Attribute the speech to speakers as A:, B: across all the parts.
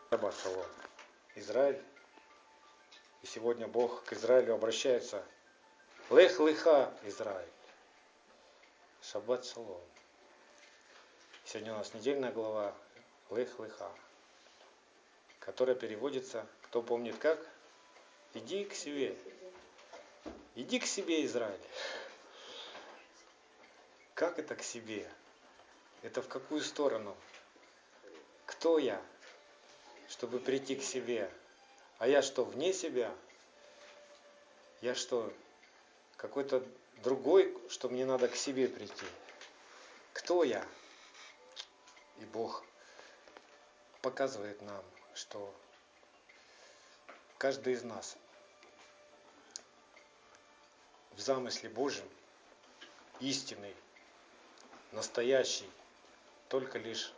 A: Шаббат шалом, Израиль. И сегодня Бог к Израилю обращается. Лех леха, Израиль. Шаббат шалом. Сегодня у нас недельная глава Лех леха, которая переводится, кто помнит как? Иди к себе. Иди к себе, Израиль. Как это к себе? Это в какую сторону? Кто я, чтобы прийти к себе? А я что, вне себя? Я что, какой-то другой, что мне надо к себе прийти? Кто я? И Бог показывает нам, что каждый из нас в замысле Божьем истинный, настоящий, только лишь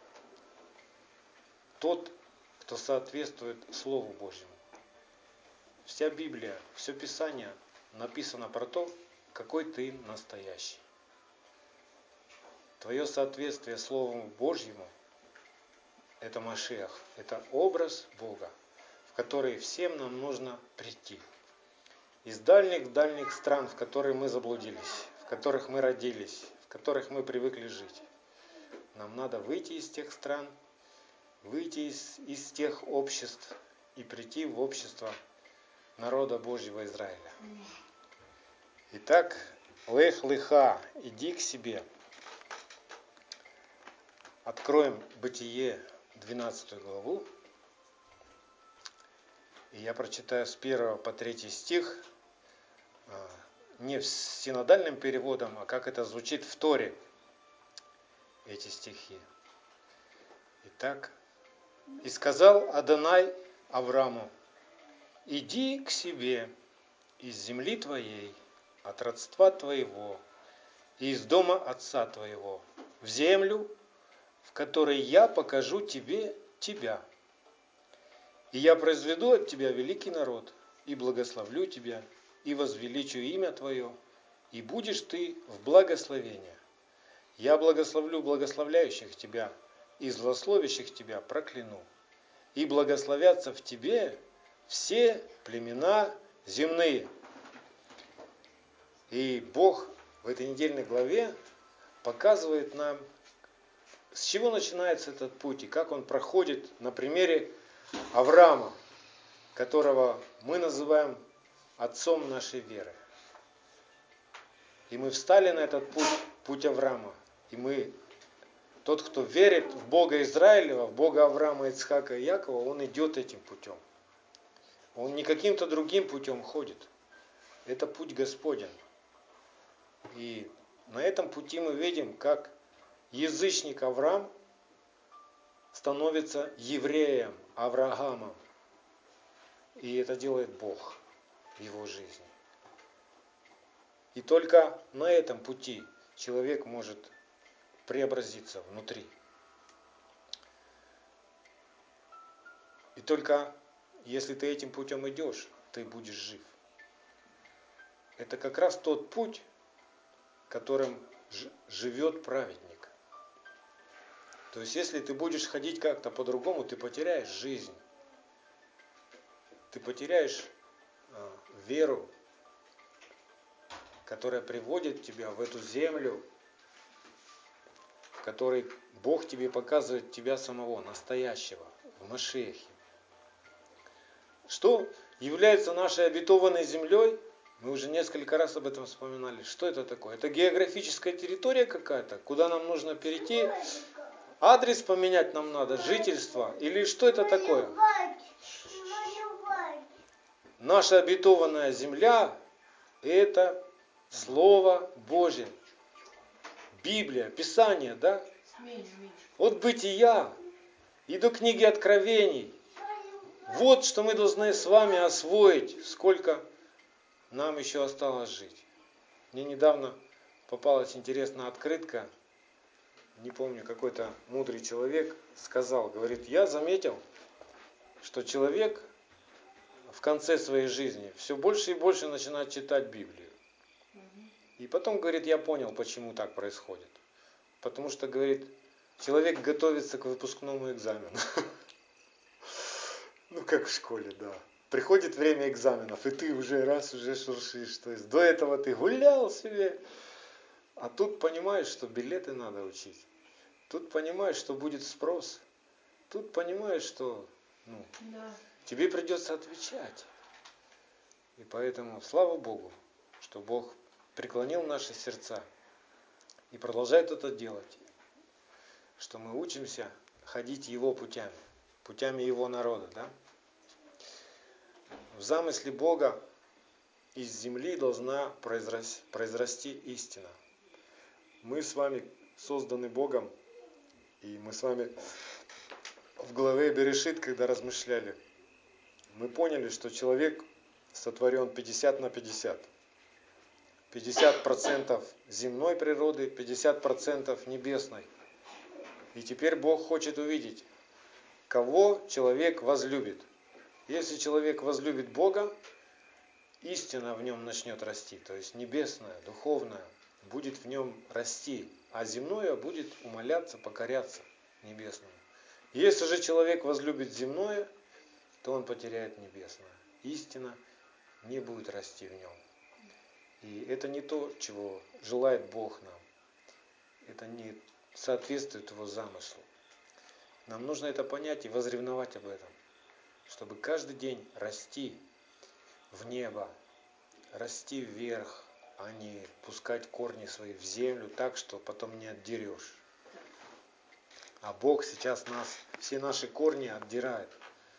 A: тот, кто соответствует Слову Божьему. Вся Библия, все Писание написано про то, какой ты настоящий. Твое соответствие Слову Божьему – это Машиах, это образ Бога, в который всем нам нужно прийти. Из дальних стран, в которые мы заблудились, в которых мы родились, в которых мы привыкли жить. Нам надо выйти из тех стран, выйти из тех обществ и прийти в общество народа Божьего Израиля. Итак, лех леха, иди к себе. Откроем Бытие 12 главу. И я прочитаю с 1 по 3 стих, не синодальным переводом, а как это звучит в Торе, эти стихи. Итак, «И сказал Адонай Аврааму, иди к себе из земли твоей, от родства твоего, и из дома отца твоего, в землю, в которой я покажу тебе тебя. И я произведу от тебя великий народ, и благословлю тебя, и возвеличу имя твое, и будешь ты в благословении. Я благословлю благословляющих тебя, и злословящих тебя прокляну. И благословятся в тебе все племена земные». И Бог в этой недельной главе показывает нам, с чего начинается этот путь и как он проходит на примере Авраама, которого мы называем отцом нашей веры. И мы встали на этот путь Авраама. И тот, кто верит в Бога Израилева, в Бога Авраама, Ицхака и Якова, он идет этим путем. Он не каким-то другим путем ходит. Это путь Господень. И на этом пути мы видим, как язычник Авраам становится евреем, Авраамом. И это делает Бог в его жизни. И только на этом пути человек может преобразиться внутри. И только если ты этим путем идешь, ты будешь жив. Это как раз тот путь, которым живет праведник. То есть, если ты будешь ходить как-то по-другому, ты потеряешь жизнь. Ты потеряешь веру, которая приводит тебя в эту землю, в которой Бог тебе показывает тебя самого, настоящего, в Машиахе. Что является нашей обетованной землей? Мы уже несколько раз об этом вспоминали. Что это такое? Это географическая территория какая-то, куда нам нужно перейти? Адрес поменять нам надо, жительство? Или что это такое? Наша обетованная земля – это Слово Божье. Библия, Писание, да? От Бытия и до книги Откровений. Вот что мы должны с вами освоить, сколько нам еще осталось жить. Мне недавно попалась интересная открытка. Не помню, какой-то мудрый человек сказал, говорит, я заметил, что человек в конце своей жизни все больше и больше начинает читать Библию. И потом, говорит, я понял, почему так происходит. Потому что, говорит, человек готовится к выпускному экзамену. как в школе, да. Приходит время экзаменов, и ты уже уже шуршишь. То есть до этого ты гулял себе, а тут понимаешь, что билеты надо учить. Тут понимаешь, что будет спрос. Тут понимаешь, что тебе придется отвечать. И поэтому слава Богу, что Бог преклонил наши сердца и продолжает это делать. Что мы учимся ходить Его путями, путями Его народа. Да? В замысле Бога из земли должна произрасти истина. Мы с вами созданы Богом, и мы с вами в главе Берешит, когда размышляли, мы поняли, что человек сотворен 50 на 50. 50% земной природы, 50% небесной. И теперь Бог хочет увидеть, кого человек возлюбит. Если человек возлюбит Бога, истина в нем начнет расти, то есть небесная, духовная, будет в нем расти, а земное будет умаляться, покоряться небесному. Если же человек возлюбит земное, то он потеряет небесное. Истина не будет расти в нем. И это не то, чего желает Бог нам. Это не соответствует Его замыслу. Нам нужно это понять и возревновать об этом, чтобы каждый день расти в небо, расти вверх, а не пускать корни свои в землю так, что потом не отдерешь. А Бог сейчас все наши корни отдирает.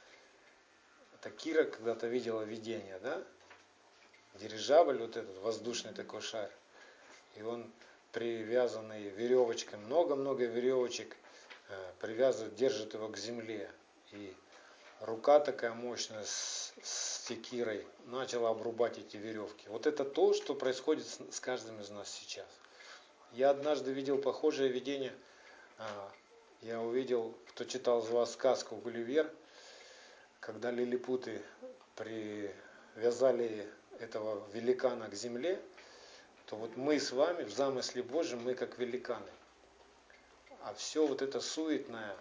A: Это Кира когда-то видела видение, да? Дирижабль, вот этот воздушный такой шар. И он привязанный веревочкой, много-много веревочек привязывает, держит его к земле. И рука такая мощная с секирой начала обрубать эти веревки. Вот это то, что происходит с каждым из нас сейчас. Я однажды видел похожее видение. Я увидел, кто читал из вас сказку «Гулливер», когда лилипуты привязали этого великана к земле, то вот мы с вами в замысле Божьем, мы как великаны. А все вот это суетное,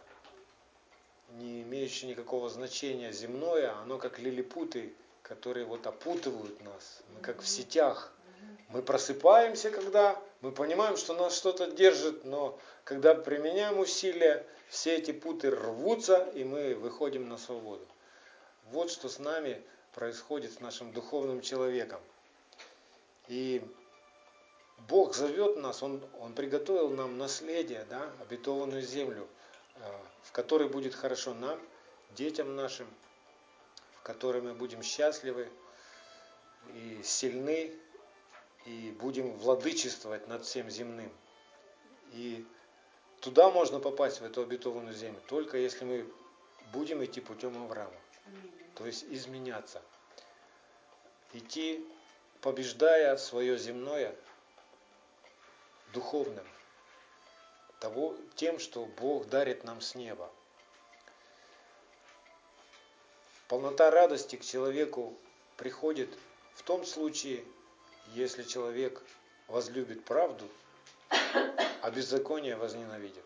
A: не имеющее никакого значения земное, оно как лилипуты, которые вот опутывают нас. Мы как в сетях. Мы просыпаемся, когда мы понимаем, что нас что-то держит, но когда применяем усилия, все эти путы рвутся, и мы выходим на свободу. Вот что с нами происходит, с нашим духовным человеком. И Бог зовет нас, Он приготовил нам наследие, да, обетованную землю, в которой будет хорошо нам, детям нашим, в которой мы будем счастливы и сильны, и будем владычествовать над всем земным. И туда можно попасть, в эту обетованную землю, только если мы будем идти путем Авраама. То есть изменяться. Идти, побеждая свое земное духовным. Тем, что Бог дарит нам с неба. Полнота радости к человеку приходит в том случае, если человек возлюбит правду, а беззаконие возненавидит.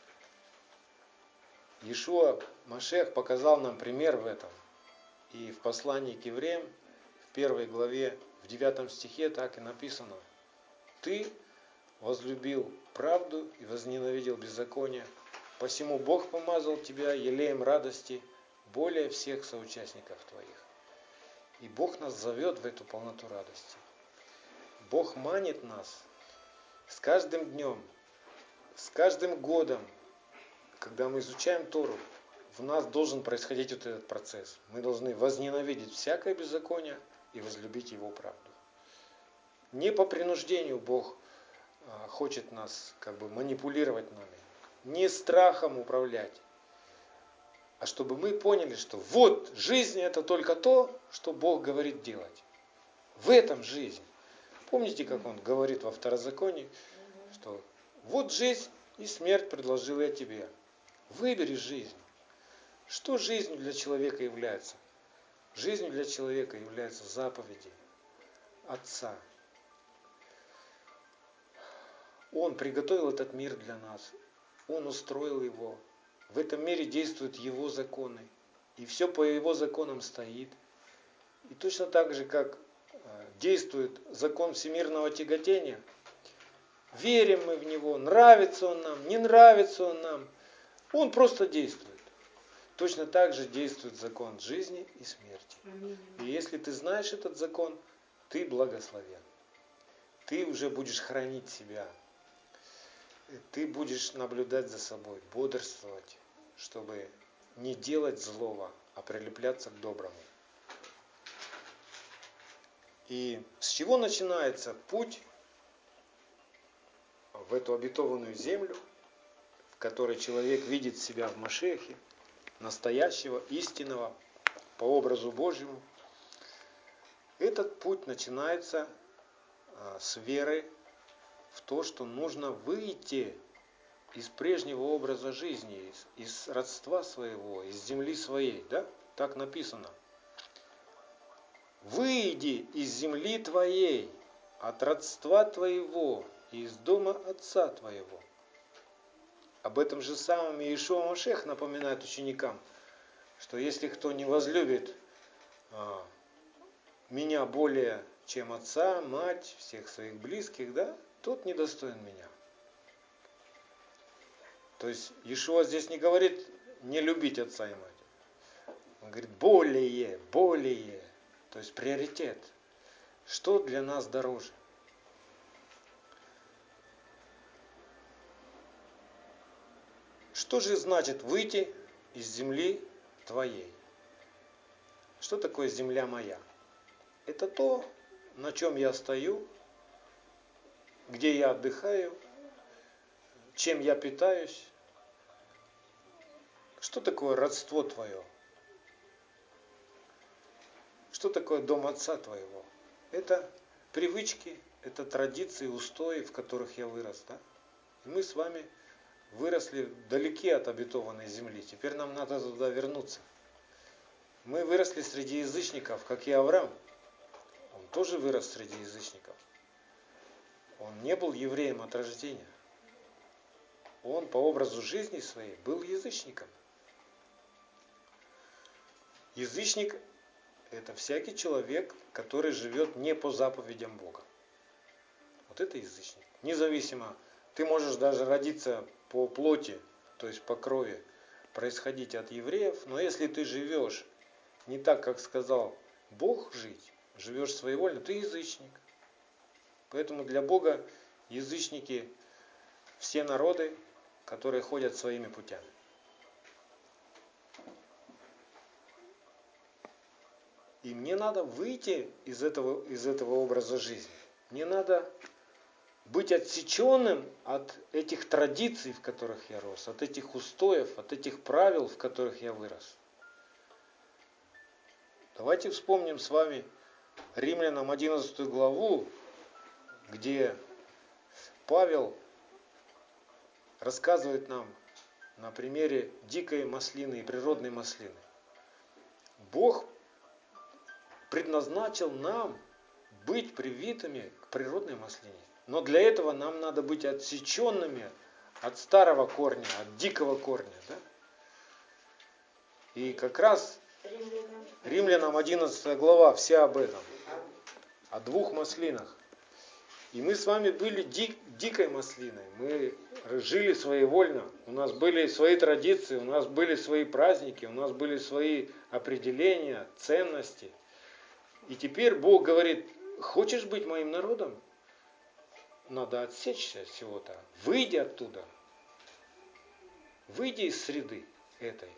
A: Иешуа Машиах показал нам пример в этом. И в послании к евреям, в 1 главе, в 9 стихе так и написано: «Ты возлюбил правду и возненавидел беззаконие, посему Бог помазал тебя елеем радости более всех соучастников твоих». И Бог нас зовет в эту полноту радости. Бог манит нас с каждым днем, с каждым годом, когда мы изучаем Тору, в нас должен происходить вот этот процесс. Мы должны возненавидеть всякое беззаконие и возлюбить Его правду. Не по принуждению Бог хочет нас манипулировать нами, не страхом управлять, а чтобы мы поняли, что вот жизнь это только то, что Бог говорит делать. В этом жизнь. Помните, как Он говорит во Второзаконии, что вот жизнь и смерть предложил я тебе. Выбери жизнь. Что жизнью для человека является? Жизнью для человека являются заповеди Отца. Он приготовил этот мир для нас. Он устроил его. В этом мире действуют Его законы. и все по его законам стоит. И точно так же, как действует закон всемирного тяготения, верим мы в него, нравится он нам, не нравится он нам, он просто действует. Точно так же действует закон жизни и смерти. И если ты знаешь этот закон, ты благословен. Ты уже будешь хранить себя. Ты будешь наблюдать за собой, бодрствовать, чтобы не делать злого, а прилепляться к доброму. И с чего начинается путь в эту обетованную землю, в которой человек видит себя в Машиахе, настоящего, истинного, по образу Божьему? Этот путь начинается с веры в то, что нужно выйти из прежнего образа жизни, из родства своего, из земли своей. Да? Так написано. Выйди из земли твоей, от родства твоего и из дома отца твоего. Об этом же самом Иешуа Машиах напоминает ученикам, что если кто не возлюбит меня более, чем отца, мать, всех своих близких, да, тот недостоин меня. То есть Иешуа здесь не говорит не любить отца и мать. Он говорит более. То есть приоритет. Что для нас дороже? Что же значит выйти из земли твоей? Что такое земля моя? Это то, на чем я стою, где я отдыхаю, чем я питаюсь. Что такое родство твое? Что такое дом отца твоего? Это привычки, это традиции, устои, в которых я вырос. Да? И мы с вами выросли вдалеке от обетованной земли. Теперь нам надо туда вернуться. Мы выросли среди язычников, как и Авраам. Он тоже вырос среди язычников. Он не был евреем от рождения. Он по образу жизни своей был язычником. Язычник – это всякий человек, который живет не по заповедям Бога. Вот это язычник. Независимо, ты можешь даже родиться по плоти, то есть по крови, происходить от евреев, но если ты живешь не так, как сказал Бог жить, живешь своевольно, ты язычник. Поэтому для Бога язычники все народы, которые ходят своими путями. И мне надо выйти из этого образа жизни. Мне надо быть отсеченным от этих традиций, в которых я рос, от этих устоев, от этих правил, в которых я вырос. Давайте вспомним с вами Римлянам 11 главу, где Павел рассказывает нам на примере дикой маслины и природной маслины. Бог предназначил нам быть привитыми к природной маслине. Но для этого нам надо быть отсеченными от старого корня, от дикого корня. Да? И как раз Римлянам 11 глава вся об этом. О двух маслинах. И мы с вами были дикой маслиной. Мы жили своевольно. У нас были свои традиции, у нас были свои праздники, у нас были свои определения, ценности. И теперь Бог говорит, хочешь быть моим народом? Надо отсечься от всего-то. Выйди оттуда. Выйди из среды этой.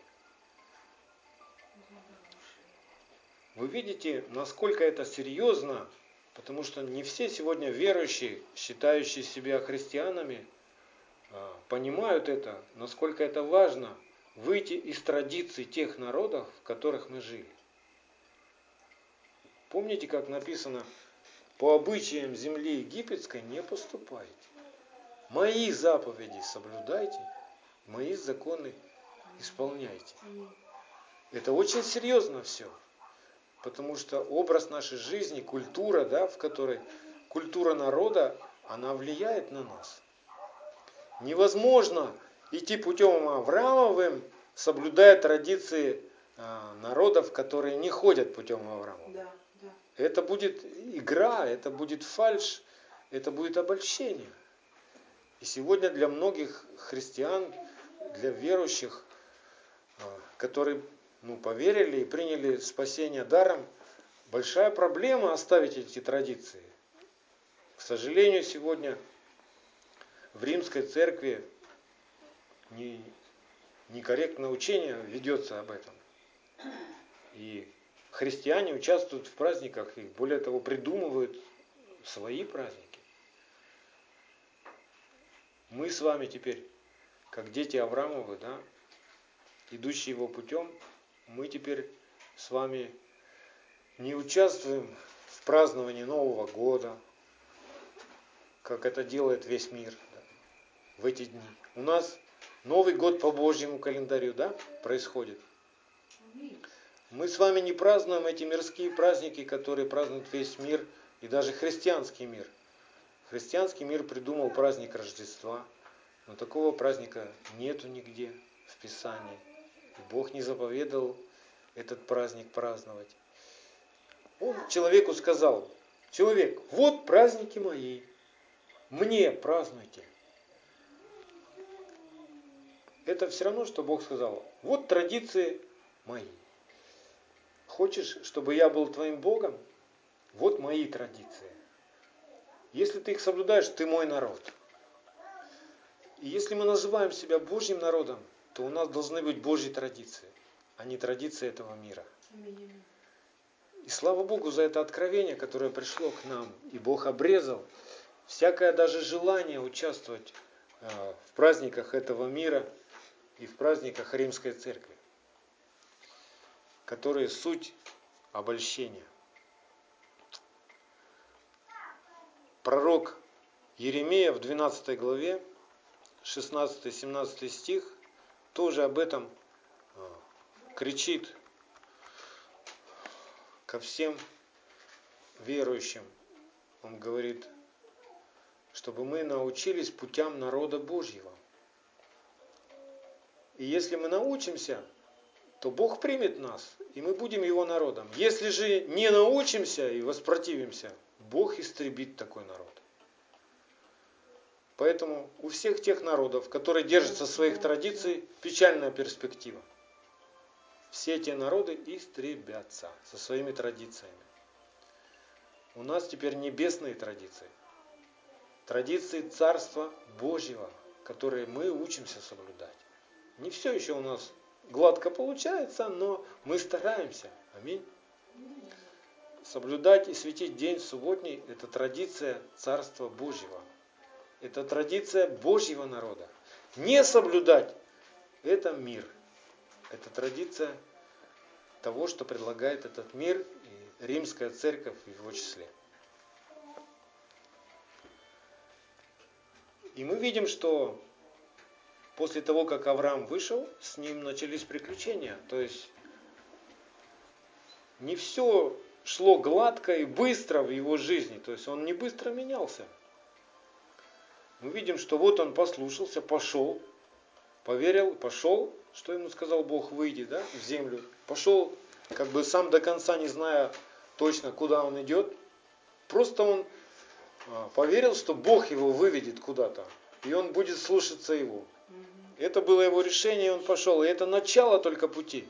A: Вы видите, насколько это серьезно, потому что не все сегодня верующие, считающие себя христианами, понимают это, насколько это важно выйти из традиций тех народов, в которых мы жили. Помните, как написано, по обычаям земли египетской не поступайте. Мои заповеди соблюдайте, мои законы исполняйте. Это очень серьезно все. Потому что образ нашей жизни, культура, да, в которой культура народа, она влияет на нас. Невозможно идти путем Авраамовым, соблюдая традиции народов, которые не ходят путем Авраама.
B: Да, да.
A: Это будет игра, это будет фальшь, это будет обольщение. И сегодня для многих христиан, для верующих, которые поверили и приняли спасение даром, большая проблема оставить эти традиции. К сожалению, сегодня в римской церкви некорректное учение ведется об этом. И христиане участвуют в праздниках и, более того, придумывают свои праздники. Мы с вами теперь, как дети Авраамовы, идущие его путем, мы теперь с вами не участвуем в праздновании Нового года, как это делает весь мир в эти дни. У нас Новый год по Божьему календарю происходит. Мы с вами не празднуем эти мирские праздники, которые празднует весь мир и даже христианский мир. Христианский мир придумал праздник Рождества, но такого праздника нету нигде в Писании. И Бог не заповедал этот праздник праздновать. Он человеку сказал: человек, вот праздники мои, мне празднуйте. Это все равно, что Бог сказал: вот традиции мои. Хочешь, чтобы я был твоим Богом? Вот мои традиции. Если ты их соблюдаешь, ты мой народ. И если мы называем себя Божьим народом, то у нас должны быть Божьи традиции, а не традиции этого мира. И слава Богу за это откровение, которое пришло к нам. И Бог обрезал всякое даже желание участвовать в праздниках этого мира и в праздниках Римской Церкви, которые суть обольщения. Пророк Иеремия в 12 главе, 16-17 стих, тоже об этом кричит ко всем верующим. Он говорит, чтобы мы научились путям народа Божьего. И если мы научимся, то Бог примет нас, и мы будем Его народом. Если же не научимся и воспротивимся, Бог истребит такой народ. Поэтому у всех тех народов, которые держатся своих традиций, печальная перспектива. Все эти народы истребятся со своими традициями. У нас теперь небесные традиции. Традиции Царства Божьего, которые мы учимся соблюдать. Не все еще у нас гладко получается, но мы стараемся. Аминь. Соблюдать и светить день субботний – это традиция Царства Божьего. Это традиция Божьего народа. Не соблюдать – это мир. Это традиция того, что предлагает этот мир и Римская Церковь в его числе. И мы видим, что после того, как Авраам вышел, с ним начались приключения. То есть не все шло гладко и быстро в его жизни. То есть он не быстро менялся. Мы видим, что вот он послушался, пошел, поверил, пошел, что ему сказал Бог: выйди в землю. Пошел, как бы сам до конца не зная точно, куда он идет. Просто он поверил, что Бог его выведет куда-то, и он будет слушаться его. Это было его решение, и он пошел. И это начало только пути.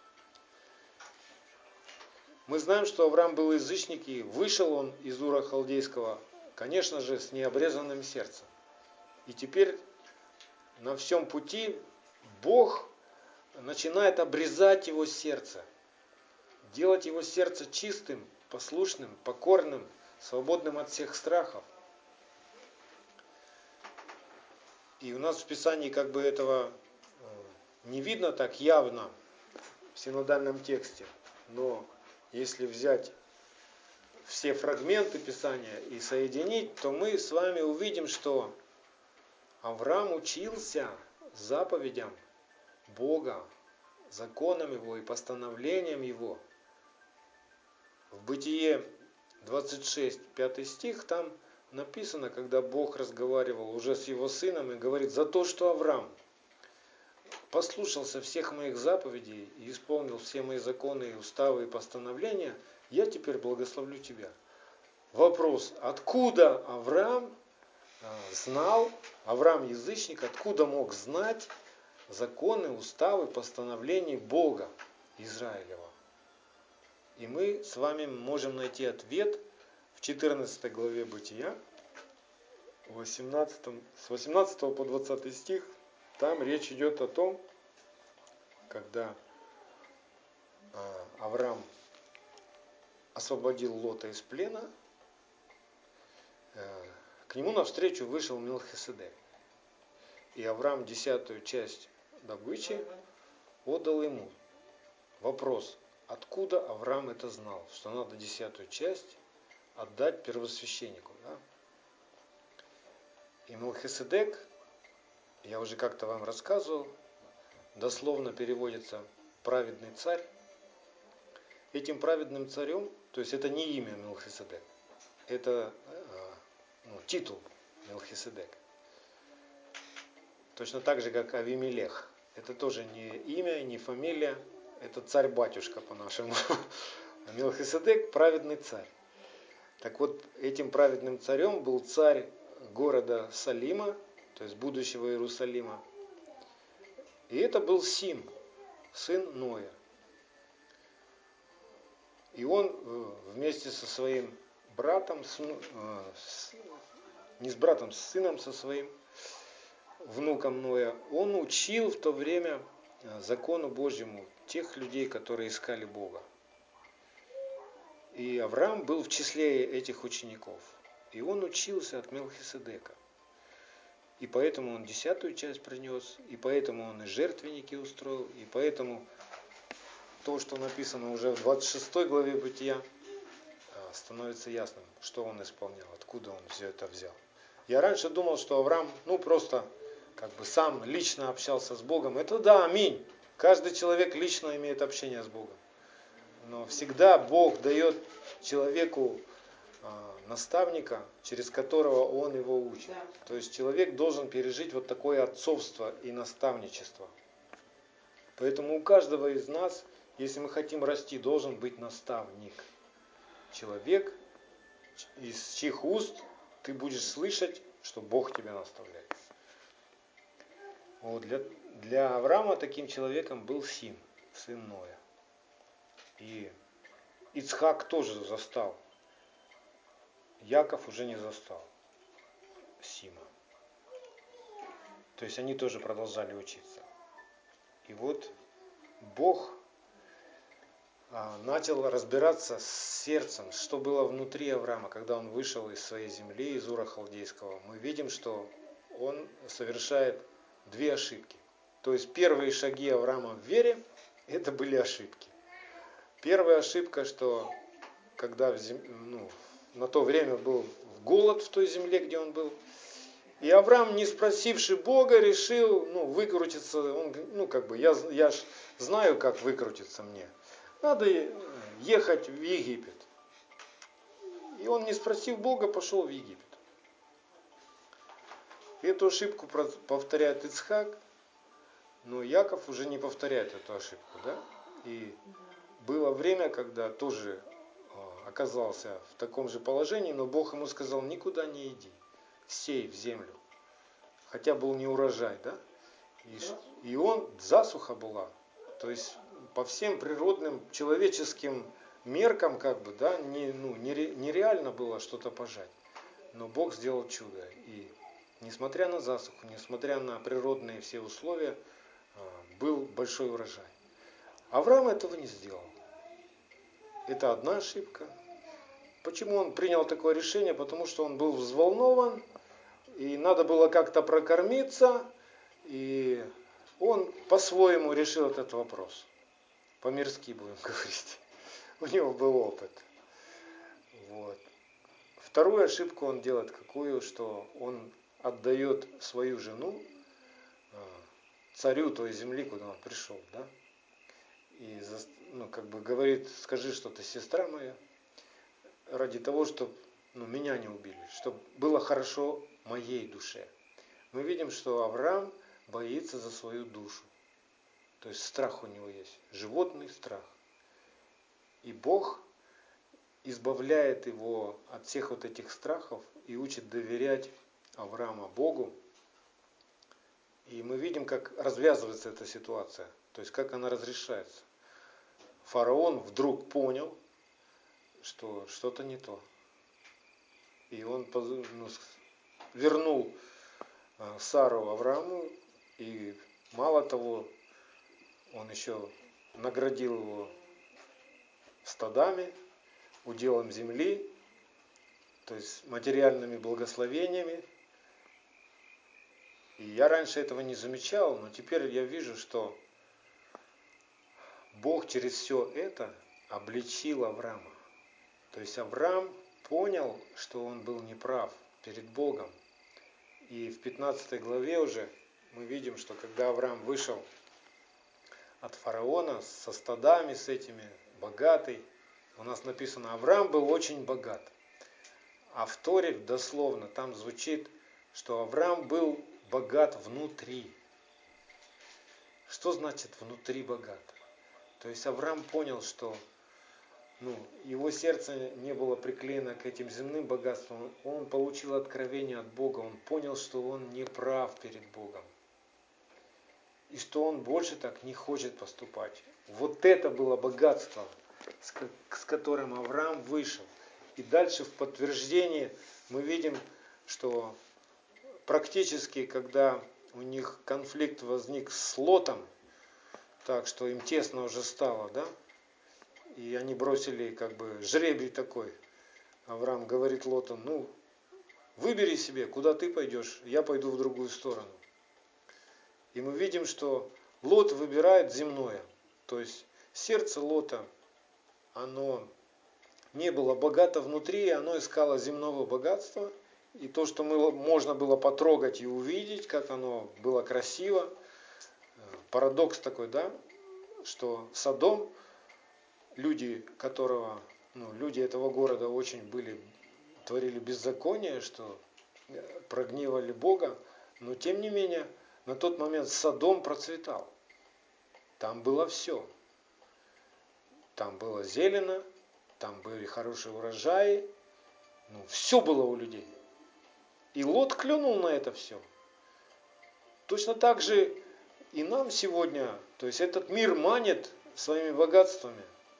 A: Мы знаем, что Авраам был язычник, и вышел он из Ура Халдейского, конечно же, с необрезанным сердцем. И теперь на всем пути Бог начинает обрезать его сердце, делать его сердце чистым, послушным, покорным, свободным от всех страхов. И у нас в Писании как бы этого не видно так явно в синодальном тексте, но если взять все фрагменты Писания и соединить, то мы с вами увидим, что Авраам учился заповедям Бога, законам Его и постановлениям Его. В Бытие 26, 5 стих, там написано, когда Бог разговаривал уже с его сыном и говорит: за то, что Авраам послушался всех моих заповедей и исполнил все мои законы, и уставы и постановления, я теперь благословлю тебя. Вопрос, откуда Авраам знал, Авраам язычник, откуда мог знать законы, уставы, постановления Бога Израилева? И мы с вами можем найти ответ в 14 главе Бытия, с 18 по 20 стих. Там речь идет о том, когда Авраам освободил Лота из плена, к нему навстречу вышел Мелхиседек. И Авраам 10-ю часть добычи отдал ему. Вопрос, откуда Авраам это знал, что надо 10-ю часть отдать первосвященнику. Да? И Мелхиседек, я уже как-то вам рассказывал, дословно переводится праведный царь. Этим праведным царем, то есть это не имя Мелхиседек, это титул Мелхиседек. Точно так же, как Авимелех. Это тоже не имя, не фамилия, это царь-батюшка по-нашему. А Мелхиседек – праведный царь. Так вот, этим праведным царем был царь города Салима, то есть будущего Иерусалима. И это был Сим, сын Ноя. И он вместе со своим братом, не с братом, с сыном со своим, внуком Ноя, он учил в то время закону Божьему тех людей, которые искали Бога. И Авраам был в числе этих учеников. И он учился от Мелхиседека. И поэтому он 10-ю часть принес, и поэтому он и жертвенники устроил, и поэтому то, что написано уже в 26 главе Бытия, становится ясным, что он исполнял, откуда он все это взял. Я раньше думал, что Авраам, просто сам лично общался с Богом. Это да, аминь. Каждый человек лично имеет общение с Богом. Но всегда Бог дает человеку наставника, через которого он его учит. Да. То есть человек должен пережить вот такое отцовство и наставничество. Поэтому у каждого из нас, если мы хотим расти, должен быть наставник. Человек, из чьих уст ты будешь слышать, что Бог тебя наставляет. Вот для Авраама таким человеком был Сим, сын Ноя. И Ицхак тоже застал. Яков уже не застал Сима. То есть они тоже продолжали учиться. И вот Бог начал разбираться с сердцем, что было внутри Авраама, когда он вышел из своей земли, из Ура Халдейского. Мы видим, что он совершает 2 ошибки. То есть первые шаги Авраама в вере, это были ошибки. Первая ошибка, что когда на то время был голод в той земле, где он был, и Авраам, не спросивший Бога, решил выкрутиться. Он, я ж знаю, как выкрутиться мне. Надо ехать в Египет. И он, не спросив Бога, пошел в Египет. Эту ошибку повторяет Ицхак, но Яков уже не повторяет эту ошибку. Да? И было время, когда тоже оказался в таком же положении, но Бог ему сказал: никуда не иди, сей в землю. Хотя был не урожай, да? И он, засуха была. То есть по всем природным человеческим меркам нереально было что-то пожать. Но Бог сделал чудо. И несмотря на засуху, несмотря на природные все условия, был большой урожай. Авраам этого не сделал. Это одна ошибка. Почему он принял такое решение? Потому что он был взволнован, и надо было как-то прокормиться, и он по-своему решил этот вопрос. По-мирски будем говорить. У него был опыт. Вот. Вторую ошибку он делает какую, что он отдает свою жену царю той земли, куда он пришел, да? И говорит: скажи, что ты сестра моя, ради того, чтобы меня не убили, чтобы было хорошо моей душе. Мы видим, что Авраам боится за свою душу. То есть страх у него есть, животный страх. И Бог избавляет его от всех вот этих страхов и учит доверять Авраама Богу. И мы видим, как развязывается эта ситуация, то есть как она разрешается. Фараон вдруг понял, что что-то не то. И он вернул Сару Аврааму, и мало того, он еще наградил его стадами, уделом земли, то есть материальными благословениями. И я раньше этого не замечал, но теперь я вижу, что Бог через все это обличил Авраама. То есть Авраам понял, что он был неправ перед Богом. И в 15 главе уже мы видим, что когда Авраам вышел от фараона со стадами, с этими, богатый, у нас написано, Авраам был очень богат. А в Торе дословно там звучит, что Авраам был богат внутри. Что значит внутри богат? То есть Авраам понял, что его сердце не было приклеено к этим земным богатствам. Он получил откровение от Бога. Он понял, что он не прав перед Богом. И что он больше так не хочет поступать. Вот это было богатство, с которым Авраам вышел. И дальше в подтверждении мы видим, что практически, когда у них конфликт возник с Лотом, так что им тесно уже стало, да, и они бросили как бы жребий такой. Авраам говорит Лоту, выбери себе, куда ты пойдешь, я пойду в другую сторону. И мы видим, что Лот выбирает земное. То есть сердце Лота, оно не было богато внутри, оно искало земного богатства. И то, что можно было потрогать и увидеть, как оно было красиво. Парадокс такой, да, что Содом, люди этого города очень творили беззаконие, что прогневали Бога, но тем не менее, на тот момент Содом процветал. Там было все. Там было зелено, там были хорошие урожаи, все было у людей. И Лот клюнул на это все. Точно так же и нам сегодня, то есть этот мир манит своими богатствами.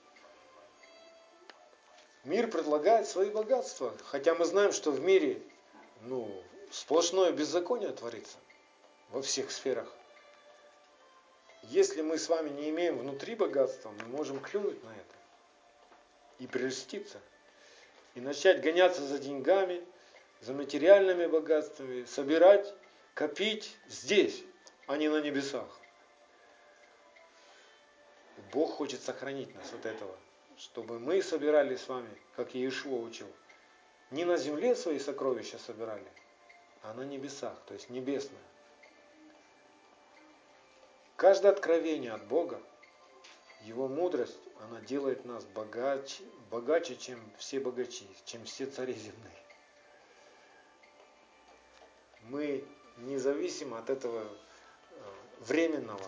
A: Мир предлагает свои богатства, хотя мы знаем, что в мире сплошное беззаконие творится во всех сферах. Если мы с вами не имеем внутри богатства, мы можем клюнуть на это и прельститься, и начать гоняться за деньгами, за материальными богатствами, собирать, копить здесь, а не на небесах. Бог хочет сохранить нас от этого, чтобы мы собирали с вами, как Иешуа учил, не на земле свои сокровища собирали, а на небесах, то есть небесное. Каждое откровение от Бога, Его мудрость, она делает нас богаче, чем все богачи, чем все цари земные. Мы независимо от этого временного.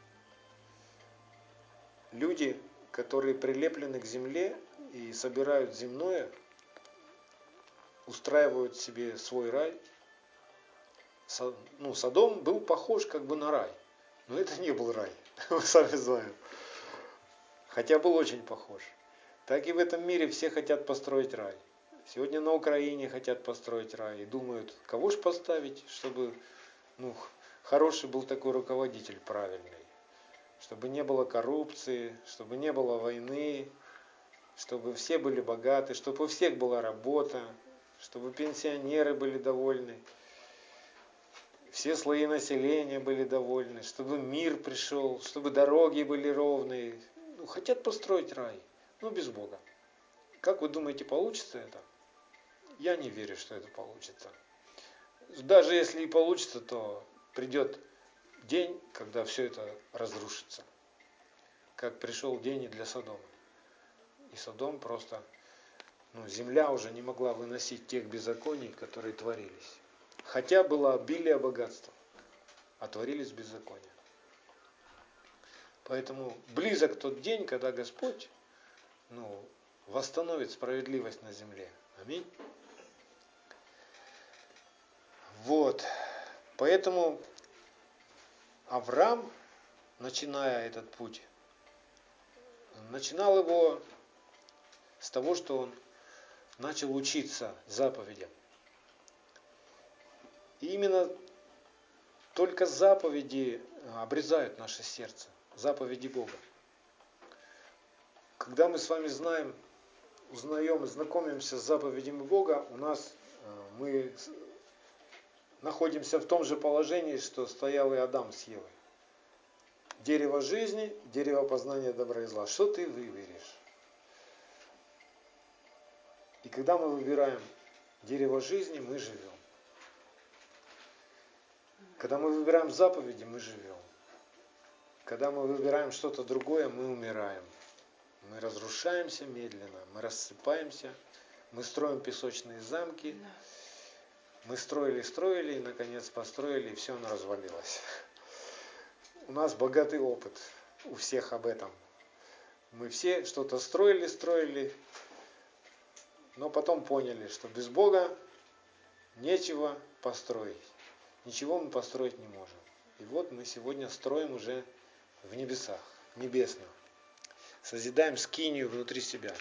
A: Люди, которые прилеплены к земле и собирают земное, устраивают себе свой рай. Содом был похож как бы на рай, но это не был рай, мы сами знаем. Хотя был очень похож. Так и в этом мире все хотят построить рай. Сегодня на Украине хотят построить рай и думают, кого же поставить, чтобы хороший был такой руководитель правильный. Чтобы не было коррупции, чтобы не было войны, чтобы все были богаты, чтобы у всех была работа, чтобы пенсионеры были довольны, все слои населения были довольны, чтобы мир пришел, чтобы дороги были ровные. Хотят построить рай, но без Бога. Как вы думаете, получится это? Я не верю, что это получится. Даже если и получится, то придет день, когда все это разрушится. Как пришел день и для Содома. И Содом просто, земля уже не могла выносить тех беззаконий, которые творились. Хотя было обилие богатства, а творились беззакония. Поэтому близок тот день, когда Господь восстановит справедливость на земле. Аминь. Вот. Поэтому Авраам, начиная этот путь, начинал его с того, что он начал учиться заповедям. И именно только заповеди обрезают наше сердце, заповеди Бога. Когда мы с вами узнаем и знакомимся с заповедями Бога, мы находимся в том же положении, что стоял и Адам с Евой. Дерево жизни, дерево познания добра и зла. Что ты выберешь? И когда мы выбираем дерево жизни, мы живем. Когда мы выбираем заповеди, мы живем. Когда мы выбираем что-то другое, мы умираем. Мы разрушаемся медленно, мы рассыпаемся, мы строим песочные замки. Мы строили, и наконец построили, и все оно развалилось. У нас богатый опыт, у всех об этом. Мы все что-то строили, но потом поняли, что без Бога нечего построить. Ничего мы построить не можем. И вот мы сегодня строим уже в небесах, небесных. Созидаем скинию внутри себя.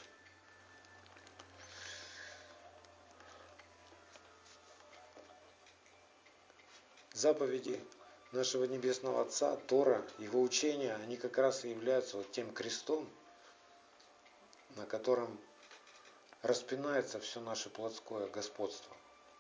A: Заповеди нашего Небесного Отца, Тора, Его учения, они как раз и являются вот тем крестом, на котором распинается все наше плотское господство.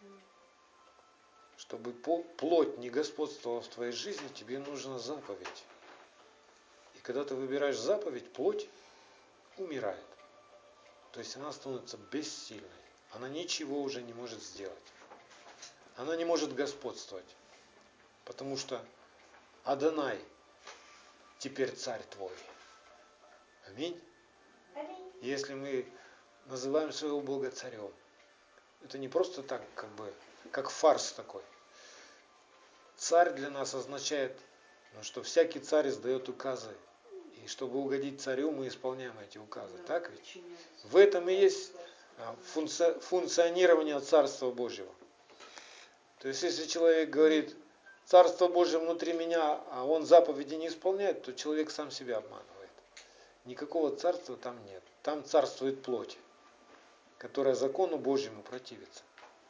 A: Чтобы плоть не господствовала в твоей жизни, тебе нужна заповедь. И когда ты выбираешь заповедь, плоть умирает. То есть она становится бессильной. Она ничего уже не может сделать. Она не может господствовать. Потому что Адонай теперь царь твой. Аминь. Если мы называем своего Бога царем, это не просто так, как фарс такой. Царь для нас означает, что всякий царь издает указы. И чтобы угодить царю, мы исполняем эти указы. Да, так ведь? В этом и есть функционирование Царства Божьего. То есть, если человек говорит, Царство Божье внутри меня, а он заповеди не исполняет, то человек сам себя обманывает. Никакого царства там нет. Там царствует плоть, которая закону Божьему противится.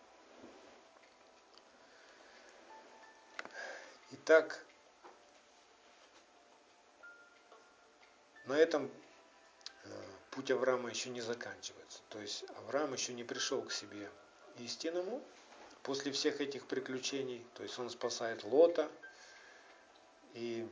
A: Итак, на этом путь Авраама еще не заканчивается. То есть Авраам еще не пришел к себе истинному после всех этих приключений. То есть он спасает Лота и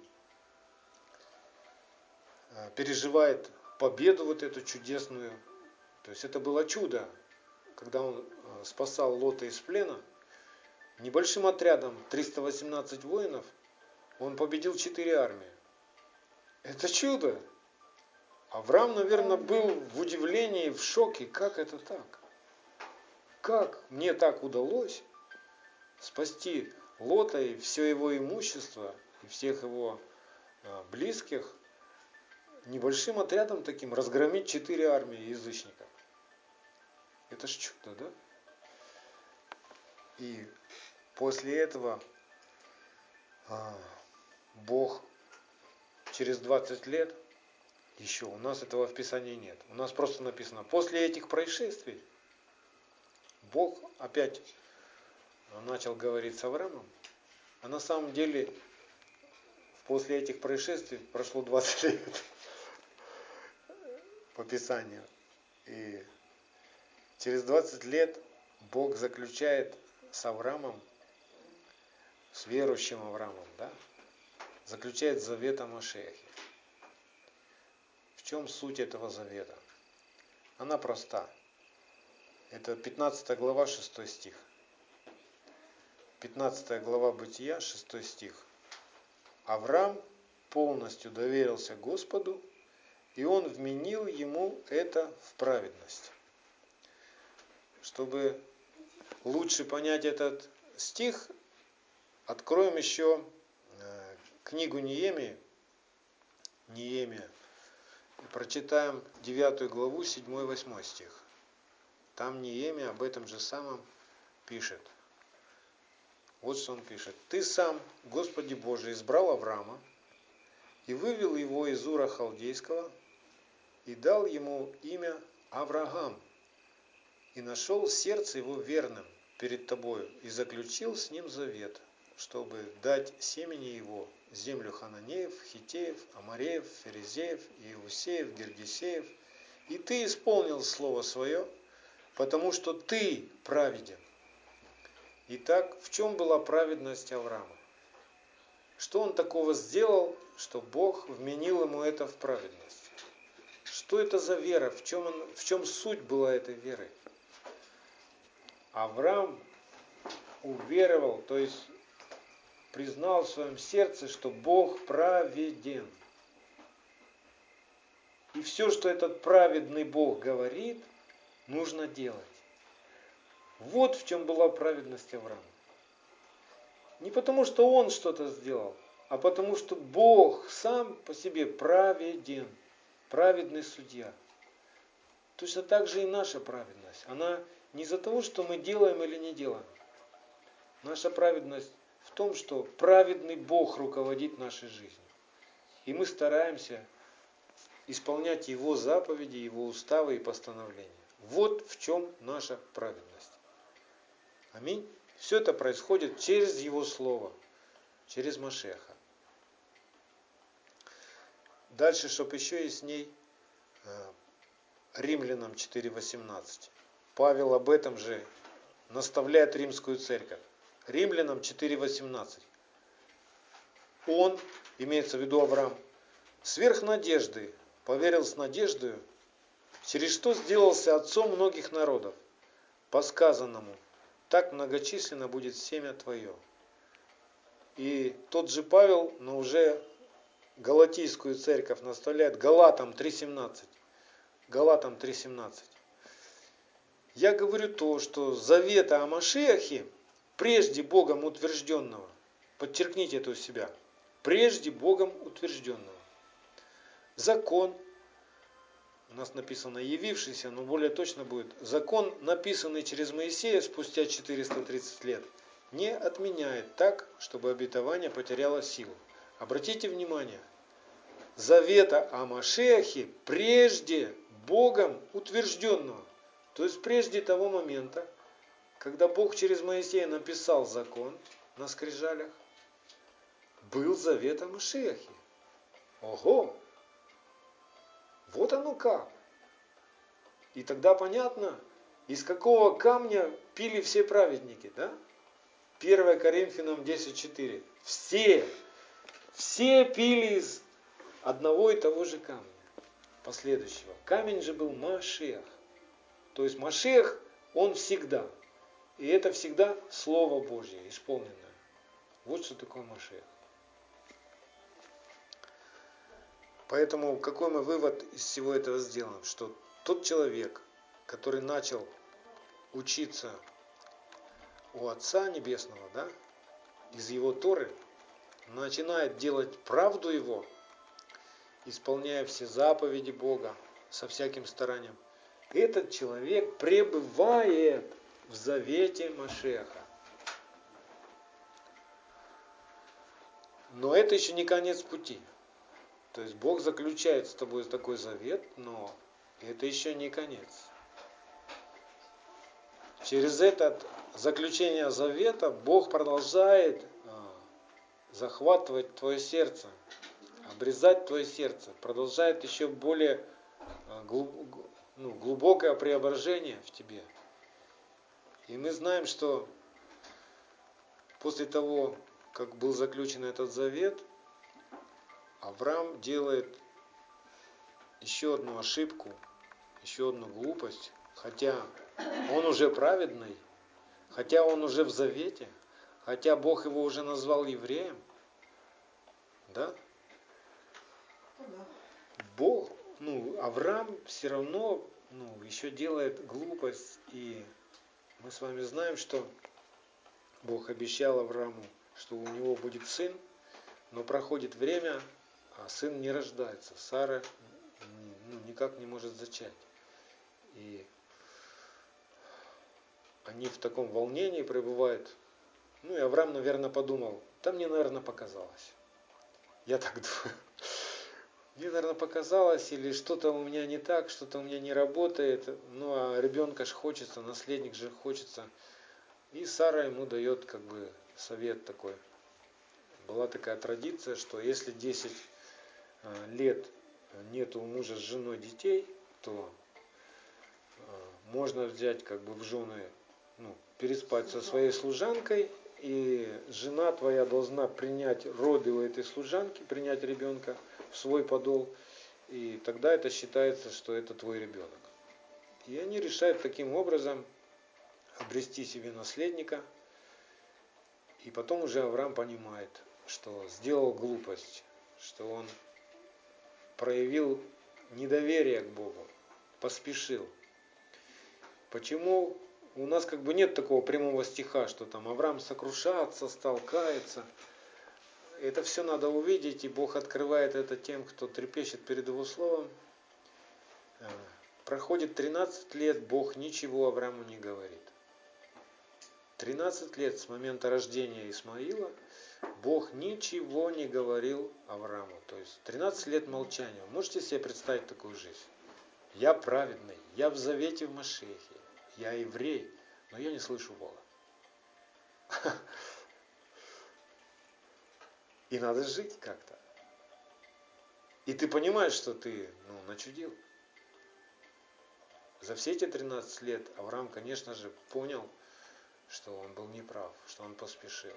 A: переживает победу вот эту чудесную. То есть это было чудо, когда он спасал Лота из плена. Небольшим отрядом 318 воинов он победил 4 армии. Это чудо. Авраам, наверное, был в удивлении, в шоке. Как это так? Как мне так удалось спасти Лота и все его имущество, и всех его близких, небольшим отрядом таким разгромить 4 армии язычников? Это ж чудо, да? И после этого Бог через 20 лет, еще у нас этого в Писании нет, у нас просто написано, после этих происшествий Бог опять начал говорить с Авраамом, а на самом деле после этих происшествий прошло 20 лет по Писанию. И через 20 лет Бог заключает с Авраамом, с верующим Авраамом, заключает завет о Машиахе. В чем суть этого завета? Она проста. Это 15 глава, 6 стих. 15 глава Бытия, 6 стих. Авраам полностью доверился Господу, и он вменил ему это в праведность. Чтобы лучше понять этот стих, откроем еще книгу Неемии, Неемия. И прочитаем 9 главу, 7-8 стих. Там Неемия об этом же самом пишет. Вот что он пишет. «Ты сам, Господи Боже, избрал Авраама и вывел его из Ура Халдейского и дал ему имя Авраам, и нашел сердце его верным перед тобою, и заключил с ним завет, чтобы дать семени его землю Хананеев, Хитеев, Амореев, Ферезеев, Иеусеев, Гергесеев, и ты исполнил слово свое, потому что ты праведен». Итак, в чем была праведность Авраама? Что он такого сделал, что Бог вменил ему это в праведность? Что это за вера? В чем суть была этой веры? Авраам уверовал, то есть признал в своем сердце, что Бог праведен. И все, что этот праведный Бог говорит, нужно делать. Вот в чем была праведность Авраама. Не потому, что он что-то сделал, а потому, что Бог сам по себе праведен, праведный судья. Точно так же и наша праведность. Она не из-за того, что мы делаем или не делаем. Наша праведность в том, что праведный Бог руководит нашей жизнью. И мы стараемся исполнять Его заповеди, Его уставы и постановления. Вот в чем наша праведность. Аминь. Все это происходит через Его Слово, через Машеха. Дальше, чтобы еще ясней, Римлянам 4:18. Павел об этом же наставляет римскую церковь. Римлянам 4:18. Он, имеется в виду Авраам, сверх надежды поверил с надеждою, через что сделался отцом многих народов, по сказанному: так многочисленно будет семя твое. И тот же Павел, но уже галатийскую церковь наставляет, Галатам 3:17. Галатам 3:17. Я говорю то, что завета о Машиахе, прежде Богом утвержденного, подчеркните это у себя, прежде Богом утвержденного. Закон, у нас написано явившийся, но более точно будет, закон, написанный через Моисея спустя 430 лет, не отменяет так, чтобы обетование потеряло силу. Обратите внимание, завета о Машиахе прежде Богом утвержденного. То есть прежде того момента, когда Бог через Моисея написал закон на скрижалях, был завет о Машиахе. Ого! Вот оно как. И тогда понятно, из какого камня пили все праведники, да? 1 Коринфянам 10:4. Все пили из одного и того же камня, последующего. Камень же был Машиах. То есть Машиах, он всегда. И это всегда Слово Божье, исполненное. Вот что такое Машиах. Поэтому какой мы вывод из всего этого сделаем? Что тот человек, который начал учиться у Отца Небесного, да, из Его Торы, начинает делать правду Его, исполняя все заповеди Бога со всяким старанием, этот человек пребывает в завете Машиаха. Но это еще не конец пути. То есть Бог заключает с тобой такой завет, но это еще не конец. Через это заключение завета Бог продолжает захватывать твое сердце, обрезать твое сердце, продолжает еще более глубокое преображение в тебе. И мы знаем, что после того, как был заключен этот завет, Авраам делает еще одну ошибку, еще одну глупость, хотя он уже праведный, хотя он уже в завете, хотя Бог его уже назвал евреем, да? Бог, Авраам все равно, еще делает глупость, и мы с вами знаем, что Бог обещал Аврааму, что у него будет сын, но проходит время, а сын не рождается. Сара никак не может зачать. И они в таком волнении пребывают. Ну и Авраам, наверное, подумал, да мне, наверное, показалось. Я так думаю. Мне, наверное, показалось, или что-то у меня не так, что-то у меня не работает. Ну а ребенка же хочется, наследник же хочется. И Сара ему дает как бы совет такой. Была такая традиция, что если 10 лет нет у мужа с женой детей, то можно взять как бы в жены, переспать со своей служанкой, и жена твоя должна принять роды у этой служанки, принять ребенка в свой подол, и тогда это считается, что это твой ребенок. И они решают таким образом обрести себе наследника, и потом уже Авраам понимает, что сделал глупость, что он проявил недоверие к Богу, поспешил. Почему у нас как бы нет такого прямого стиха, что там Авраам сокрушаться стал, каяться. Это все надо увидеть, и Бог открывает это тем, кто трепещет перед Его Словом. Проходит 13 лет, Бог ничего Аврааму не говорит. 13 лет с момента рождения Исмаила Бог ничего не говорил Аврааму. То есть 13 лет молчания. Можете себе представить такую жизнь? Я праведный, я в завете в Машехе, я еврей, но я не слышу Бога. И надо жить как-то. И ты понимаешь, что ты начудил. За все эти 13 лет Авраам, конечно же, понял, что он был неправ, что он поспешил.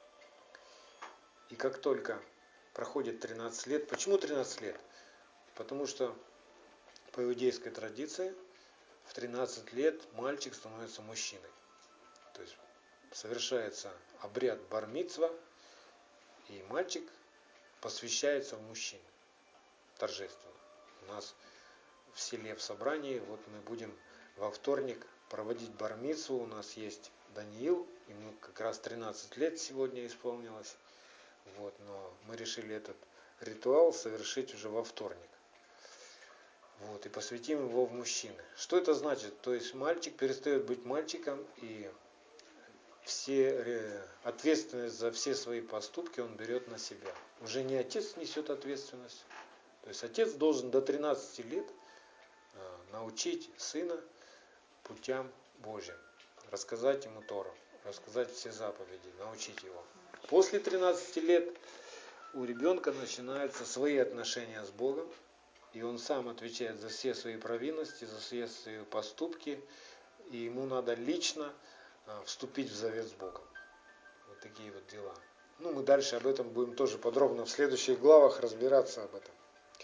A: И как только проходит 13 лет, почему 13 лет? Потому что по иудейской традиции в 13 лет мальчик становится мужчиной. То есть совершается обряд бар-мицва, и мальчик посвящается в мужчину торжественно. У нас в селе в собрании, вот мы будем во вторник проводить бар-мицву, у нас есть Даниил, ему как раз 13 лет сегодня исполнилось, но мы решили этот ритуал совершить уже во вторник. И посвятим его в мужчины. Что это значит? То есть мальчик перестает быть мальчиком, и ответственность за все свои поступки он берет на себя. Уже не отец несет ответственность. То есть отец должен до 13 лет научить сына путям Божьим, рассказать ему Тору, рассказать все заповеди, научить его. После 13 лет у ребенка начинаются свои отношения с Богом, и он сам отвечает за все свои провинности, за все свои поступки, и ему надо лично вступить в завет с Богом. Вот такие вот дела. Мы дальше об этом будем тоже подробно в следующих главах разбираться об этом.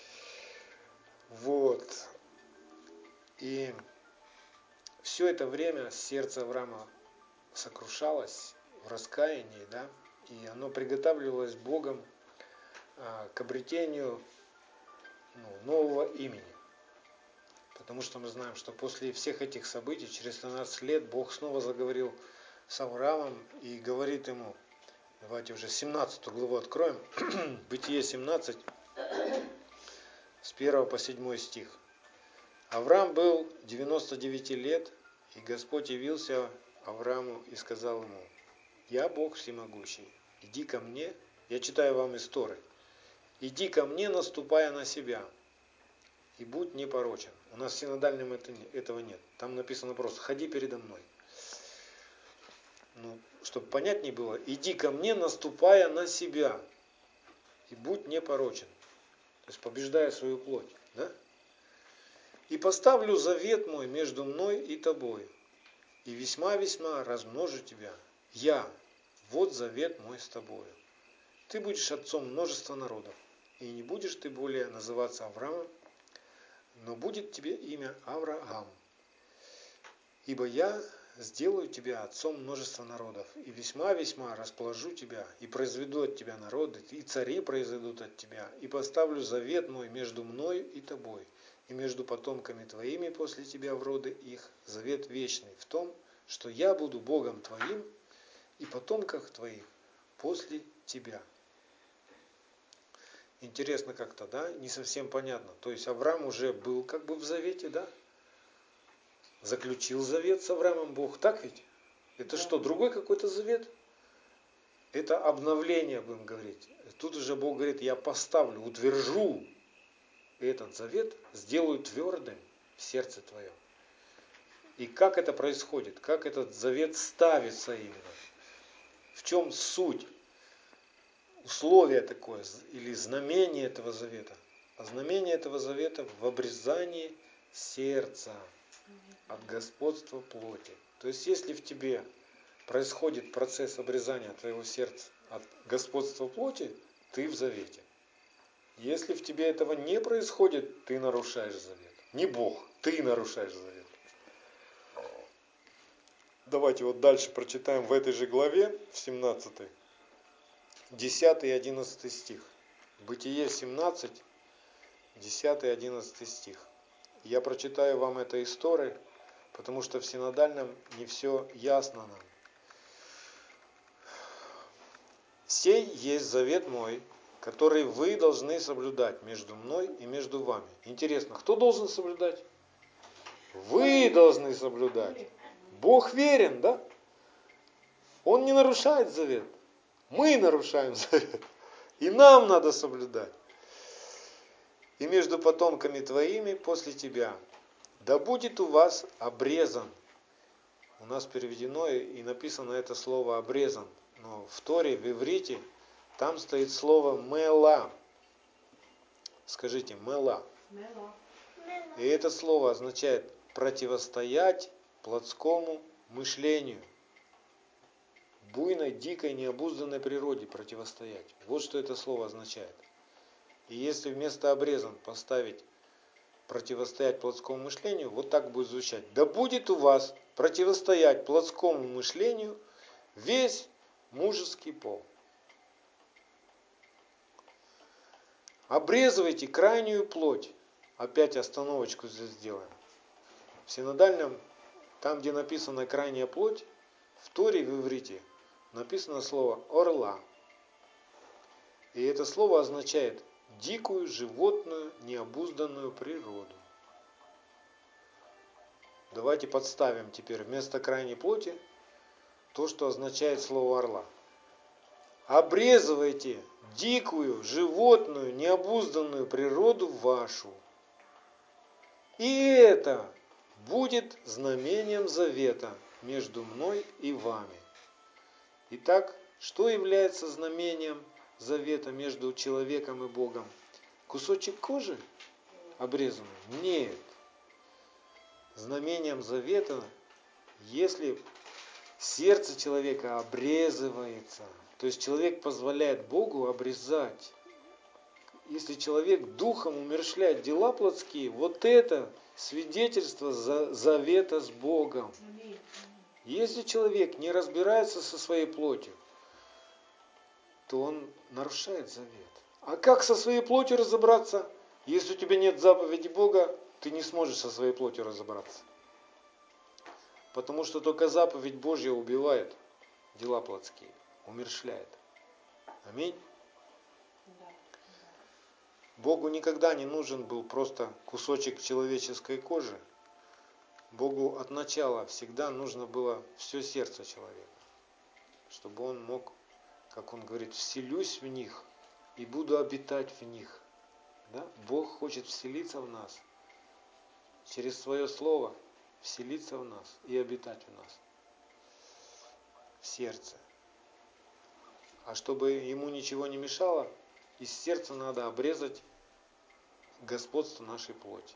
A: И все это время сердце Авраама сокрушалось в раскаянии, и оно приготавливалось Богом к обретению нового имени. Потому что мы знаем, что после всех этих событий, через 13 лет, Бог снова заговорил с Авраамом и говорит ему, давайте уже 17 главу откроем, Бытие 17, с 1 по 7 стих. Авраам был 99 лет, и Господь явился Аврааму и сказал ему, я Бог всемогущий, иди ко мне, я читаю вам из Торы, иди ко мне, наступая на себя, и будь непорочен. У нас в синодальном этого нет. Там написано просто, ходи передо мной. Чтобы понятнее было, иди ко мне, наступая на себя, и будь непорочен. То есть побеждая свою плоть. И поставлю завет мой между мной и тобой, и весьма-весьма размножу тебя. Я, вот завет мой с тобою. Ты будешь отцом множества народов, и не будешь ты более называться Авраамом, но будет тебе имя Авраам. Ибо я сделаю тебя отцом множества народов, и весьма-весьма расположу тебя, и произведу от тебя народы, и цари произойдут от тебя, и поставлю завет мой между мной и тобой, и между потомками твоими после тебя в роды их, завет вечный в том, что я буду Богом твоим и потомках твоих после тебя. Интересно как-то, да? Не совсем понятно. То есть Авраам уже был как бы в завете, да? Заключил завет с Авраамом Бог, так ведь? Это что, другой какой-то завет? Это обновление, будем говорить. Тут уже Бог говорит, я поставлю, утвержу этот завет, сделаю твердым в сердце твоем. И как это происходит? Как этот завет ставится именно? В чем суть? Условие такое, или знамение этого завета? А знамение этого завета в обрезании сердца от господства плоти. То есть, если в тебе происходит процесс обрезания твоего сердца от господства плоти, ты в завете. Если в тебе этого не происходит, ты нарушаешь завет. Не Бог, ты нарушаешь завет. Давайте вот дальше прочитаем в этой же главе, в 17, 10 и 11 стих. Бытие 17, 10 и 11 стих. Я прочитаю вам эту историю, потому что в синодальном не все ясно нам. «Сей есть завет мой, который вы должны соблюдать между мной и между вами». Интересно, кто должен соблюдать? Вы должны соблюдать. Бог верен, да? Он не нарушает завет. Мы нарушаем завет. И нам надо соблюдать. «И между потомками твоими после тебя, да будет у вас обрезан». У нас переведено и написано это слово «обрезан». Но в Торе, в иврите, там стоит слово «мела». Скажите «мела». И это слово означает противостоять плотскому мышлению. Буйной, дикой, необузданной природе противостоять. Вот что это слово означает. И если вместо обрезан поставить противостоять плотскому мышлению, вот так будет звучать. Да будет у вас противостоять плотскому мышлению весь мужеский пол. Обрезывайте крайнюю плоть. Опять остановочку здесь сделаем. В синодальном, там где написано крайняя плоть, в Торе, в иврите, написано слово орла. И это слово означает дикую, животную, необузданную природу. Давайте подставим теперь вместо крайней плоти то, что означает слово орла. Обрезывайте дикую, животную, необузданную природу вашу. И это будет знамением завета между мной и вами. Итак, что является знамением завета между человеком и Богом? Кусочек кожи обрезанный? Нет. Знамением завета, если сердце человека обрезывается, то есть человек позволяет Богу обрезать. Если человек духом умерщвляет дела плотские, вот это свидетельство завета с Богом. Если человек не разбирается со своей плотью, то он нарушает завет. А как со своей плотью разобраться? Если у тебя нет заповеди Бога, ты не сможешь со своей плотью разобраться. Потому что только заповедь Божья убивает дела плотские, умерщвляет. Аминь. Богу никогда не нужен был просто кусочек человеческой кожи. Богу от начала всегда нужно было все сердце человека, чтобы он мог, как он говорит, вселюсь в них и буду обитать в них. Да? Бог хочет вселиться в нас, через свое слово вселиться в нас и обитать в нас, в сердце. А чтобы ему ничего не мешало, из сердца надо обрезать господство нашей плоти.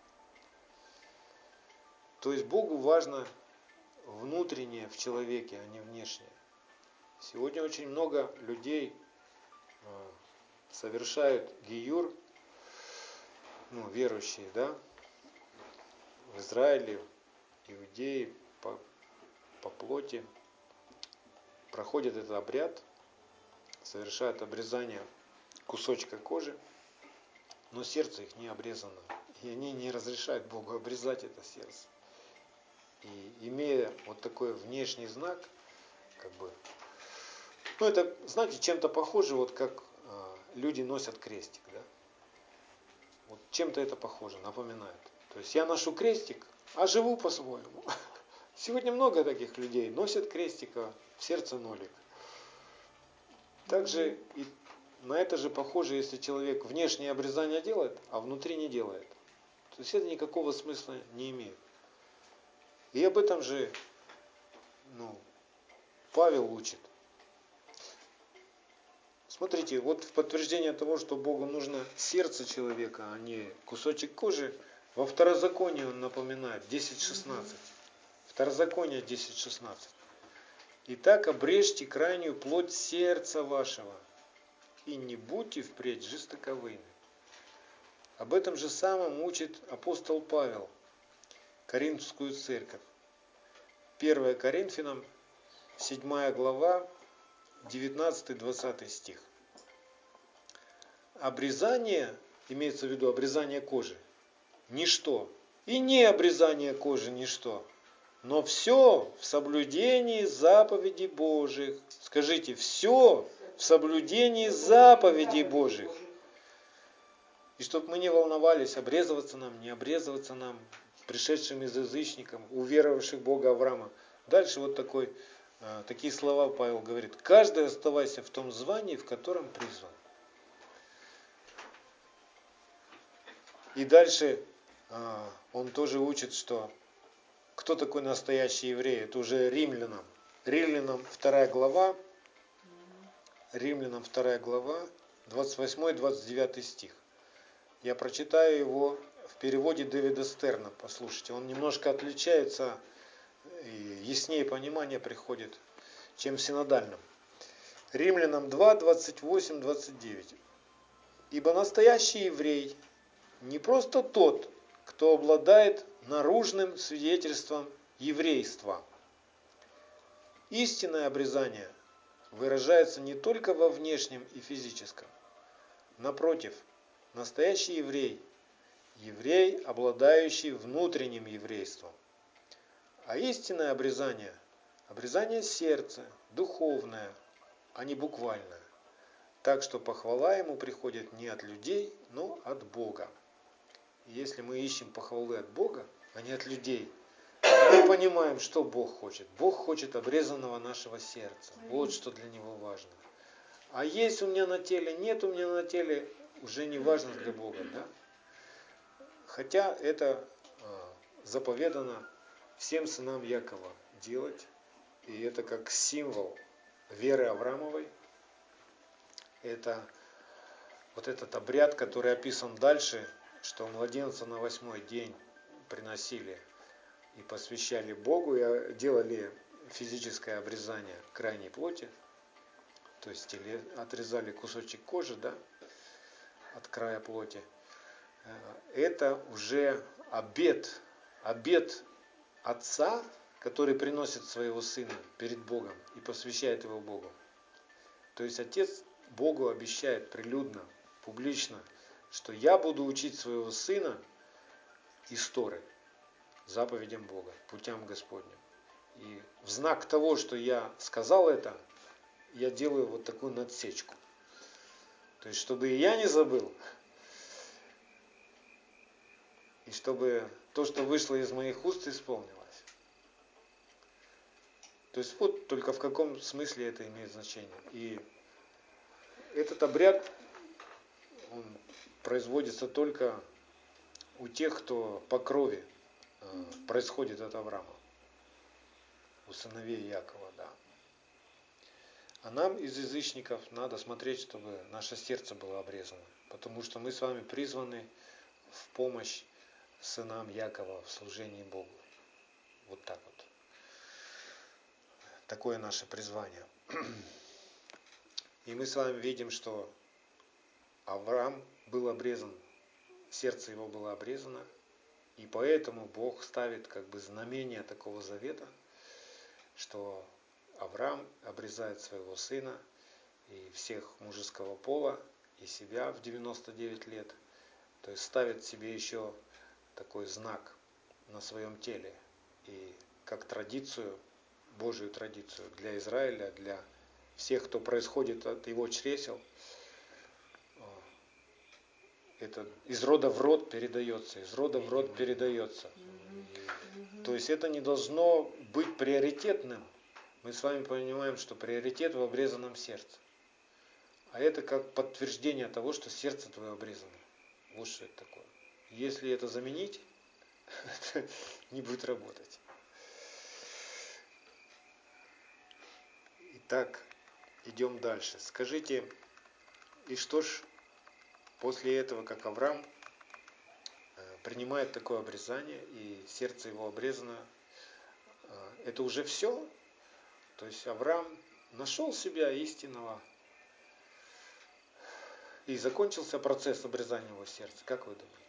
A: То есть Богу важно внутреннее в человеке, а не внешнее. Сегодня очень много людей совершают гиюр, верующие, да, в Израиле, иудеи по плоти, проходят этот обряд, совершают обрезание кусочка кожи, но сердце их не обрезано. И они не разрешают Богу обрезать это сердце. И имея вот такой внешний знак, как бы, это, знаете, чем-то похоже, вот как люди носят крестик, да? Вот чем-то это похоже, напоминает. То есть я ношу крестик, а живу по-своему. Сегодня много таких людей носят крестик, а в сердце нолик. Также и на это же похоже, если человек внешнее обрезание делает, а внутри не делает. То есть это никакого смысла не имеет. И об этом же Павел учит. Смотрите, вот в подтверждение того, что Богу нужно сердце человека, а не кусочек кожи, во Второзаконии он напоминает 10:16. Второзаконие 10:16. Итак, обрежьте крайнюю плоть сердца вашего, и не будьте впредь жестоковыми. Об этом же самом учит апостол Павел Коринфскую церковь. 1 Коринфянам, 7 глава, 19-20 стих. Обрезание, имеется в виду обрезание кожи, ничто. И не обрезание кожи ничто. Но все в соблюдении заповедей Божьих. Скажите, все в соблюдении заповедей Божьих. И чтобы мы не волновались, обрезываться нам, не обрезываться нам, пришедшим из язычников, уверовавших в Бога Авраама. Дальше вот такие слова Павел говорит. Каждый оставайся в том звании, в котором призван. И дальше он тоже учит, что кто такой настоящий еврей? Это уже римлянам. Римлянам 2 глава, 28-29 стих. Я прочитаю его в переводе Дэвида Стерна. Послушайте, он немножко отличается, и яснее понимание приходит, чем в синодальном. Римлянам 2, 28, 29. Ибо настоящий еврей не просто тот, кто обладает наружным свидетельством еврейства. Истинное обрезание выражается не только во внешнем и физическом. Напротив, настоящий еврей – еврей, обладающий внутренним еврейством. А истинное обрезание – обрезание сердца, духовное, а не буквальное. Так что похвала ему приходит не от людей, но от Бога. И если мы ищем похвалы от Бога, а не от людей, мы понимаем, что Бог хочет. Бог хочет обрезанного нашего сердца. Вот что для Него важно. А есть у меня на теле, нет у меня на теле, уже не важно для Бога. Да? Хотя это заповедано всем сынам Якова делать. И это как символ веры Авраамовой. Это вот этот обряд, который описан дальше, что младенца на 8-й день приносили и посвящали Богу, и делали физическое обрезание крайней плоти, то есть отрезали кусочек кожи, да, от края плоти. Это уже обет отца, который приносит своего сына перед Богом и посвящает его Богу. То есть отец Богу обещает прилюдно, публично, что я буду учить своего сына из Торы, заповедям Бога, путям Господним. И в знак того, что я сказал это, я делаю вот такую надсечку. То есть, чтобы и я не забыл, и чтобы то, что вышло из моих уст, исполнилось. То есть, вот только в каком смысле это имеет значение. И этот обряд, он производится только у тех, кто по крови происходит от Авраама, у сыновей Якова, да. А нам из язычников надо смотреть, чтобы наше сердце было обрезано, потому что мы с вами призваны в помощь сынам Якова в служении Богу. Вот так вот. Такое наше призвание. И мы с вами видим, что Авраам был обрезан, сердце его было обрезано, и поэтому Бог ставит как бы знамение такого завета, что Авраам обрезает своего сына и всех мужеского пола, и себя в 99 лет, то есть ставит себе еще такой знак на своем теле, и как традицию, Божию традицию для Израиля, для всех, кто происходит от его чресел, это из рода в род передается, из рода в род передается. То есть это не должно быть приоритетным. Мы с вами понимаем, что приоритет в обрезанном сердце. А это как подтверждение того, что сердце твое обрезано. Вот что это такое. Если это заменить, это не будет работать. Итак, идем дальше. Скажите, и что ж после этого, как Авраам принимает такое обрезание, и сердце его обрезано, это уже все? То есть Авраам нашел себя истинного, и закончился процесс обрезания его сердца. Как вы думаете?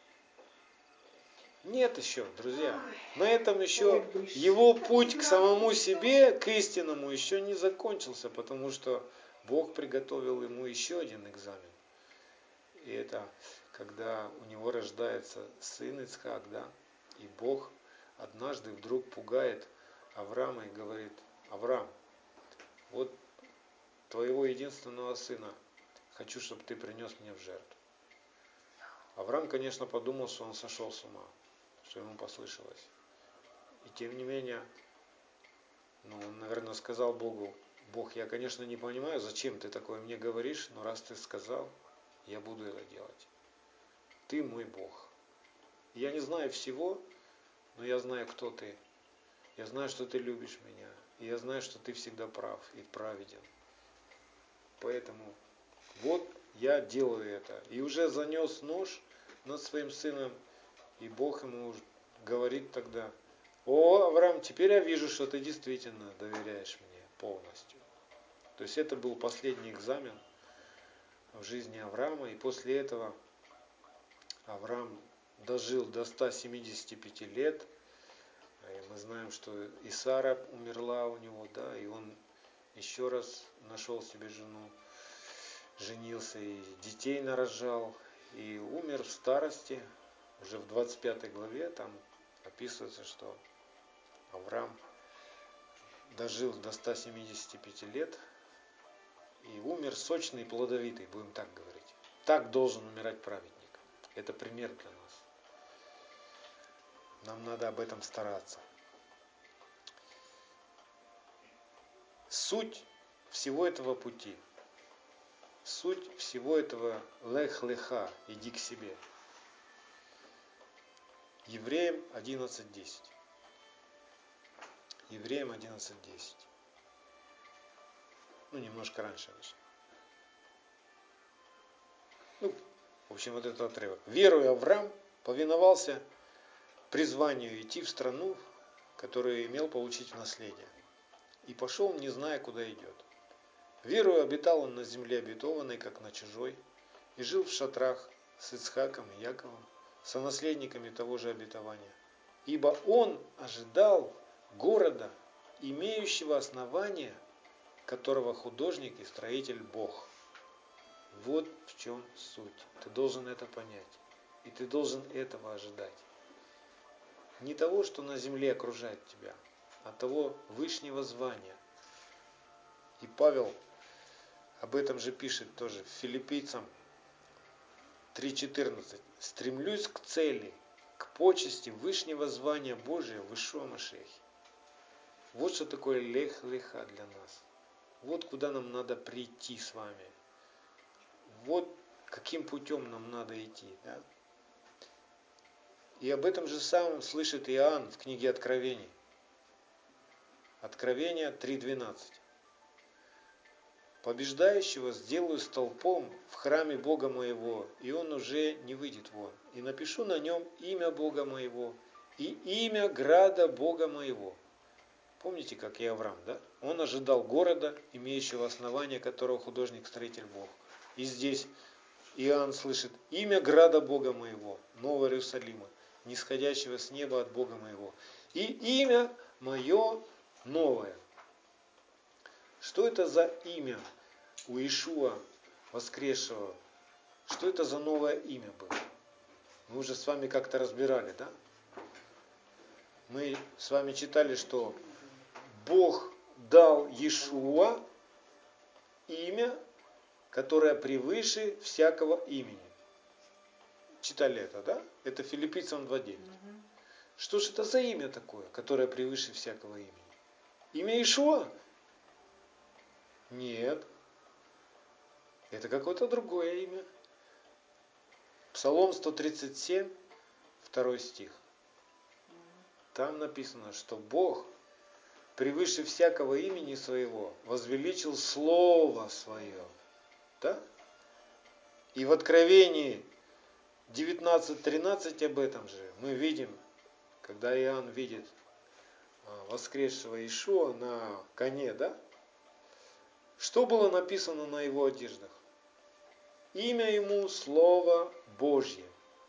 A: Нет еще, друзья. На этом еще его путь к самому себе, к истинному, еще не закончился, потому что Бог приготовил ему еще один экзамен. И это когда у него рождается сын Ицхак, да, и Бог однажды вдруг пугает Авраама и говорит: Авраам, вот твоего единственного сына хочу, чтобы ты принес мне в жертву. Авраам, конечно, подумал, что он сошел с ума, что ему послышалось. И тем не менее, он, наверное, сказал Богу: Бог, я, конечно, не понимаю, зачем ты такое мне говоришь, но раз ты сказал, я буду это делать. Ты мой Бог. Я не знаю всего, но я знаю, кто ты. Я знаю, что ты любишь меня. И я знаю, что ты всегда прав и праведен. Поэтому вот я делаю это. И уже занес нож над своим сыном. И Бог ему говорит тогда: о, Авраам, теперь я вижу, что ты действительно доверяешь мне полностью. То есть это был последний экзамен в жизни Авраама. И после этого Авраам дожил до 175 лет. И мы знаем, что и Сара умерла у него, да, и он еще раз нашел себе жену, женился и детей нарожал, и умер в старости. Уже в 25 главе там описывается, что Авраам дожил до 175 лет и умер сочный и плодовитый, будем так говорить. Так должен умирать праведник. Это пример для нас. Нам надо об этом стараться. Суть всего этого пути, суть всего этого лех-леха, иди к себе. Евреям 11:10. Евреям 11:10. Немножко раньше. В общем, вот этот отрывок. Веруя, Авраам повиновался призванию идти в страну, которую имел получить в наследие. И пошел, не зная, куда идет. Веруя, обитал он на земле обетованной, как на чужой, и жил в шатрах с Ицхаком и Яковом, сонаследниками того же обетования. Ибо он ожидал города, имеющего основание, которого художник и строитель Бог. Вот в чем суть. Ты должен это понять. И ты должен этого ожидать. Не того, что на земле окружает тебя, а того вышнего звания. И Павел об этом же пишет тоже Филиппийцам 3:14. Стремлюсь к цели, к почести вышнего звания Божия в Ишуа Машиахе. Вот что такое лех-леха для нас. Вот куда нам надо прийти с вами. Вот каким путем нам надо идти. Да? И об этом же самом слышит Иоанн в книге Откровений. Откровение 3:12. Побеждающего сделаю столпом в храме Бога моего, и он уже не выйдет вон. И напишу на нем имя Бога моего и имя града Бога моего. Помните, как и Авраам, да? Он ожидал города, имеющего основание, которого художник-строитель Бог. И здесь Иоанн слышит имя града Бога моего, Нового Иерусалима, нисходящего с неба от Бога моего. И имя мое новое. Что это за имя у Иешуа воскресшего? Что это за новое имя было? Мы уже с вами как-то разбирали, да? Мы с вами читали, что Бог дал Иешуа имя, которое превыше всякого имени. читали это, да? Это Филиппийцам 2:9. Что же это за имя такое, которое превыше всякого имени? Имя Иешуа? Нет. Это какое-то другое имя. Псалом 137, 2 стих. Там написано, что Бог превыше всякого имени своего возвеличил Слово Свое. Да? И в Откровении 19:13 об этом же мы видим, когда Иоанн видит воскресшего Иешуа на коне, да? Что было написано на его одеждах? Имя ему Слово Божье.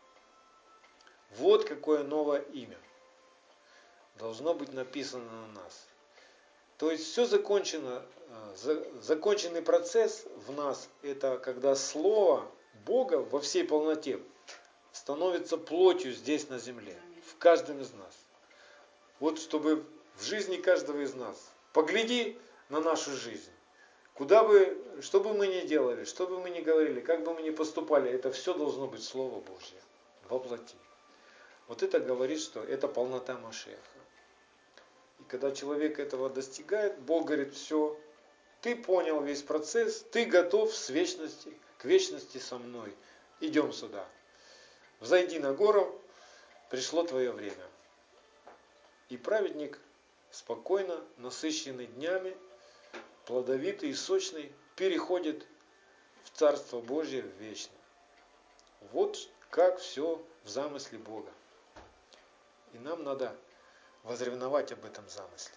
A: Вот какое новое имя должно быть написано на нас. То есть все закончено, законченный процесс в нас, это когда Слово Бога во всей полноте становится плотью здесь на земле, в каждом из нас. Вот чтобы в жизни каждого из нас, погляди на нашу жизнь, что бы мы ни делали, что бы мы ни говорили, как бы мы ни поступали, это все должно быть Слово Божье во плоти. Вот это говорит, что это полнота Машиаха. И когда человек этого достигает, Бог говорит, все, ты понял весь процесс, ты готов к вечности со мной. Идем сюда. Взойди на гору, пришло твое время. И праведник спокойно, насыщенный днями, плодовитый и сочный, переходит в Царство Божие вечно. Вот как все в замысле Бога. И нам надо возревновать об этом замысле.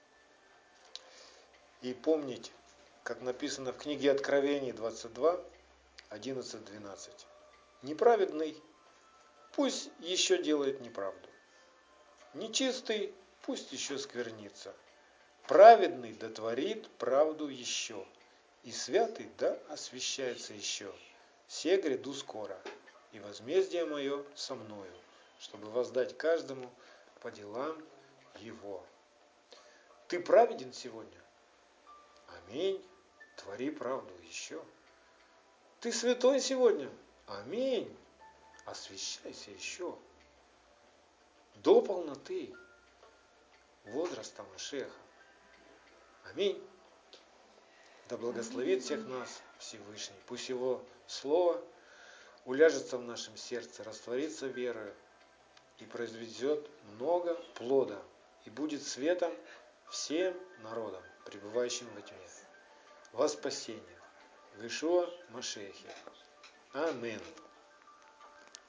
A: И помнить, как написано в книге Откровений 22, 11-12. Неправедный пусть еще делает неправду. Нечистый пусть еще сквернится. Праведный дотворит правду еще. И святый да освящается еще. Се гряду скоро, и возмездие мое со мною, чтобы воздать каждому по делам его. Ты праведен сегодня? Аминь. Твори правду еще. Ты святой сегодня? Аминь. Освящайся еще. До полноты возраста Машеха. Аминь. Да благословит всех нас Всевышний. Пусть Его Слово уляжется в нашем сердце, растворится верою и произведет много плода и будет светом всем народам, пребывающим во тьме, во спасение. В Иешуа Машехе. Аминь.